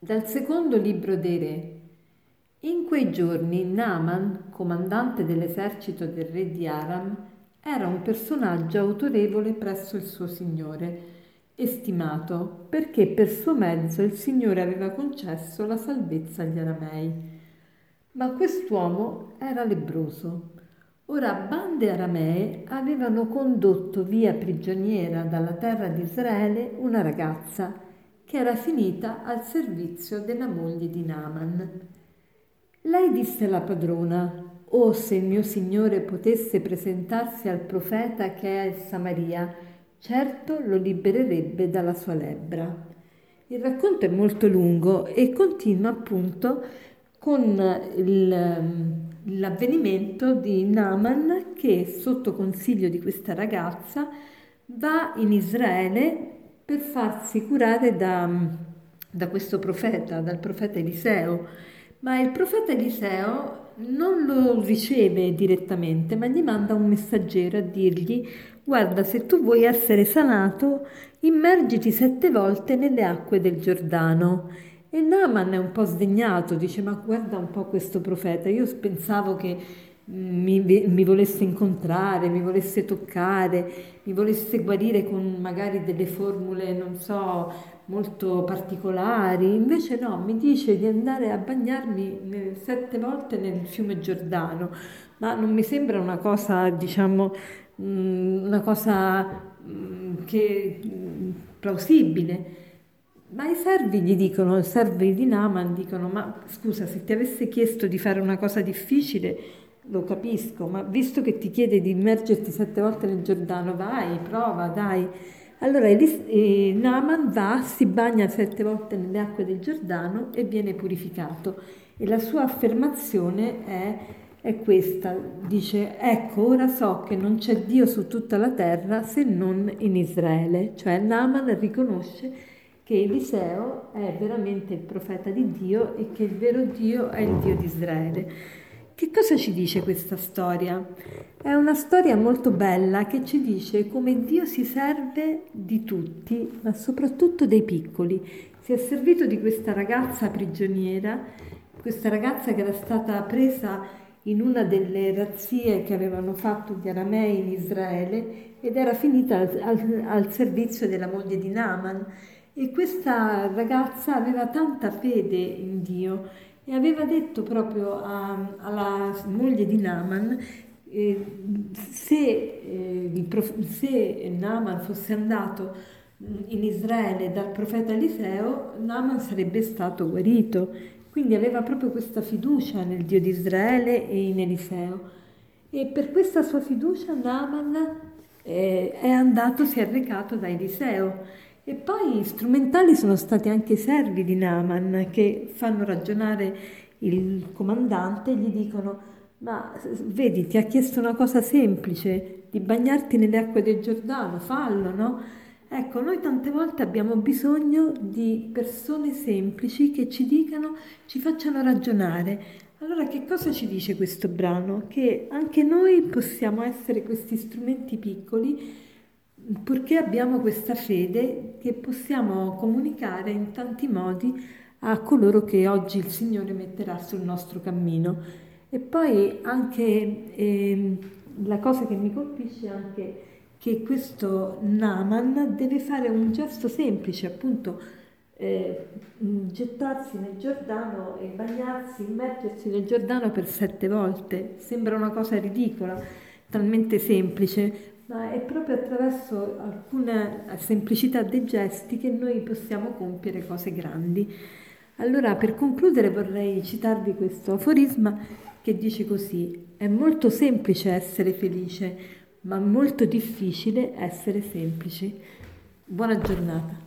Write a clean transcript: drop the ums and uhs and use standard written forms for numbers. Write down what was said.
Dal secondo libro dei Re. In quei giorni Naaman, comandante dell'esercito del re di Aram, era un personaggio autorevole presso il suo signore e stimato perché per suo mezzo il Signore aveva concesso la salvezza agli aramei. Ma quest'uomo era lebbroso. Ora bande aramee avevano condotto via prigioniera dalla terra di Israele una ragazza che era finita al servizio della moglie di Naaman. Lei disse alla padrona: «Oh, se il mio signore potesse presentarsi al profeta che è in Samaria, certo lo libererebbe dalla sua lebbra». Il racconto è molto lungo e continua appunto con l'avvenimento di Naaman che, sotto consiglio di questa ragazza, va in Israele per farsi curare da questo profeta, dal profeta Eliseo. Ma il profeta Eliseo non lo riceve direttamente, ma gli manda un messaggero a dirgli: «Guarda, se tu vuoi essere sanato, immergiti 7 volte nelle acque del Giordano». E Naaman è un po' sdegnato, dice: «Ma guarda un po' questo profeta, io pensavo che mi volesse incontrare, mi volesse toccare, mi volesse guarire con magari delle formule, non so, molto particolari. Invece no, mi dice di andare a bagnarmi 7 volte nel fiume Giordano». Ma non mi sembra una cosa, diciamo, una cosa plausibile. Ma i servi gli dicono, i servi di Naaman dicono: «Ma scusa, se ti avesse chiesto di fare una cosa difficile, lo capisco, ma visto che ti chiede di immergerti 7 volte nel Giordano, vai, prova, dai». Allora Naaman va, si bagna 7 volte nelle acque del Giordano e viene purificato. E la sua affermazione è questa, dice: «Ecco, ora so che non c'è Dio su tutta la terra se non in Israele». Cioè Naaman riconosce che Eliseo è veramente il profeta di Dio e che il vero Dio è il Dio di Israele. Che cosa ci dice questa storia? È una storia molto bella che ci dice come Dio si serve di tutti, ma soprattutto dei piccoli. Si è servito di questa ragazza prigioniera, questa ragazza che era stata presa in una delle razzie che avevano fatto gli aramei in Israele ed era finita al servizio della moglie di Naaman. E questa ragazza aveva tanta fede in Dio e aveva detto proprio alla moglie di Naaman: se Naaman fosse andato in Israele dal profeta Eliseo, Naaman sarebbe stato guarito. Quindi aveva proprio questa fiducia nel Dio di Israele e in Eliseo. E per questa sua fiducia Naaman è andato, si è recato da Eliseo. E poi strumentali sono stati anche i servi di Naaman che fanno ragionare il comandante e gli dicono: «Ma vedi, ti ha chiesto una cosa semplice, di bagnarti nelle acque del Giordano, fallo, no?» Ecco, noi tante volte abbiamo bisogno di persone semplici che ci dicano, ci facciano ragionare. Allora che cosa ci dice questo brano? Che anche noi possiamo essere questi strumenti piccoli, purché abbiamo questa fede che possiamo comunicare in tanti modi a coloro che oggi il Signore metterà sul nostro cammino. E poi anche la cosa che mi colpisce è anche che questo Naaman deve fare un gesto semplice, appunto gettarsi nel Giordano e bagnarsi, immergersi nel Giordano per 7 volte. Sembra una cosa ridicola, talmente semplice, ma è proprio attraverso alcuna semplicità dei gesti che noi possiamo compiere cose grandi. Allora, per concludere, vorrei citarvi questo aforisma che dice così: «È molto semplice essere felice, ma molto difficile essere semplici». Buona giornata.